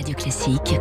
Radio Classique,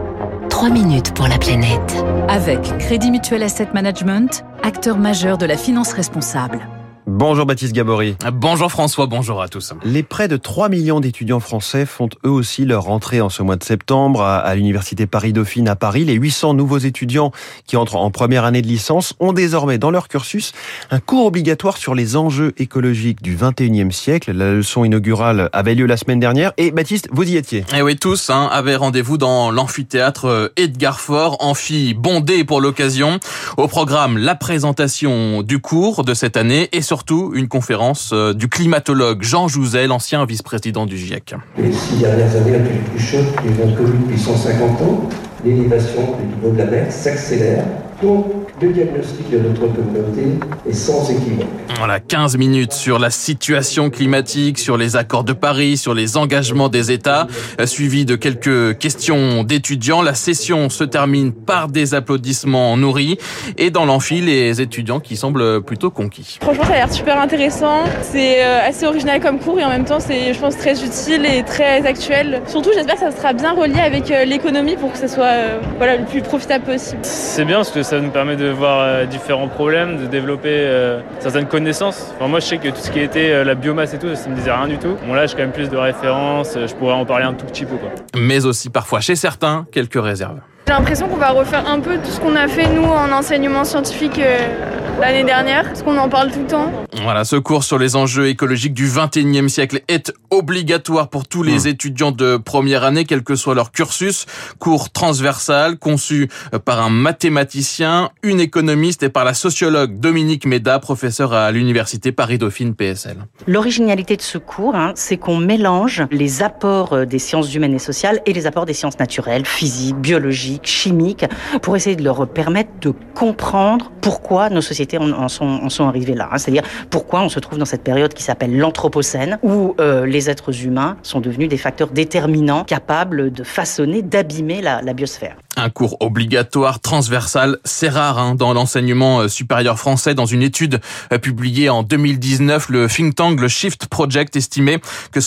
3 minutes pour la planète. Avec Crédit Mutuel Asset Management, acteur majeur de la finance responsable. Bonjour Baptiste Gabory. Bonjour François, bonjour à tous. Les près de 3 millions d'étudiants français font eux aussi leur rentrée en ce mois de septembre à l'université Paris-Dauphine à Paris. Les 800 nouveaux étudiants qui entrent en première année de licence ont désormais dans leur cursus un cours obligatoire sur les enjeux écologiques du 21e siècle. La leçon inaugurale avait lieu la semaine dernière et Baptiste, vous y étiez. Et oui, tous avaient rendez-vous dans l'amphithéâtre Edgar Faure, amphi bondé pour l'occasion. Au programme, la présentation du cours de cette année et surtout une conférence du climatologue Jean Jouzel, ancien vice-président du GIEC. Les 6 dernières années ont été les plus chaudes que nous avons connues depuis 150 ans. L'élévation du niveau de la mer s'accélère. Donc, le diagnostic de notre communauté est sans équivoque. Voilà, 15 minutes sur la situation climatique, sur les accords de Paris, sur les engagements des États, suivi de quelques questions d'étudiants. La session se termine par des applaudissements nourris et dans l'amphi, les étudiants qui semblent plutôt conquis. Franchement, ça a l'air super intéressant. C'est assez original comme cours et en même temps, c'est, je pense, très utile et très actuel. Surtout, j'espère que ça sera bien relié avec l'économie pour que ça soit le plus profitable possible. C'est bien parce que ça nous permet de voir différents problèmes, de développer certaines connaissances. Enfin, moi, je sais que tout ce qui était la biomasse et tout, ça me disait rien du tout. Bon, là, j'ai quand même plus de références, je pourrais en parler un tout petit peu, quoi. Mais aussi parfois, chez certains, quelques réserves. J'ai l'impression qu'on va refaire un peu tout ce qu'on a fait, nous, en enseignement scientifique l'année dernière, parce qu'on en parle tout le temps. Voilà, ce cours sur les enjeux écologiques du 21e siècle est obligatoire pour tous les étudiants de première année, quel que soit leur cursus. Cours transversal, conçu par un mathématicien, une économiste et par la sociologue Dominique Méda, professeure à l'université Paris-Dauphine PSL. L'originalité de ce cours, c'est qu'on mélange les apports des sciences humaines et sociales et les apports des sciences naturelles, physiques, biologiques, chimiques, pour essayer de leur permettre de comprendre pourquoi nos sociétés en sont arrivées là. C'est-à-dire pourquoi on se trouve dans cette période qui s'appelle l'Anthropocène, où les êtres humains sont devenus des facteurs déterminants capables de façonner, d'abîmer la biosphère. Un cours obligatoire, transversal, c'est rare dans l'enseignement supérieur français. Dans une étude publiée en 2019, le think tank, le Shift Project, estimait que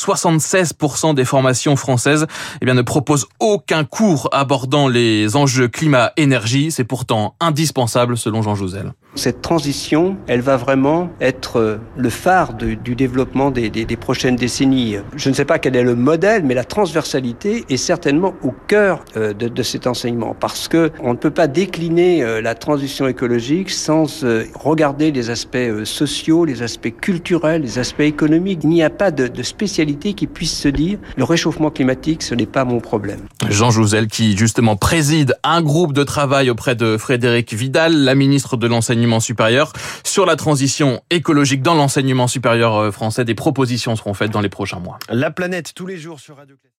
76% des formations françaises ne proposent aucun cours abordant les enjeux climat-énergie. C'est pourtant indispensable selon Jean Jouzel. Cette transition, elle va vraiment être le phare du développement des prochaines décennies. Je ne sais pas quel est le modèle, mais la transversalité est certainement au cœur de cet enseignement. Parce que on ne peut pas décliner la transition écologique sans regarder les aspects sociaux, les aspects culturels, les aspects économiques. Il n'y a pas de spécialité qui puisse se dire le réchauffement climatique, ce n'est pas mon problème. Jean Jouzel qui justement préside un groupe de travail auprès de Frédérique Vidal, la ministre de l'Enseignement supérieur, sur la transition écologique dans l'enseignement supérieur français. Des propositions seront faites dans les prochains mois. La planète tous les jours sur Radio Classique.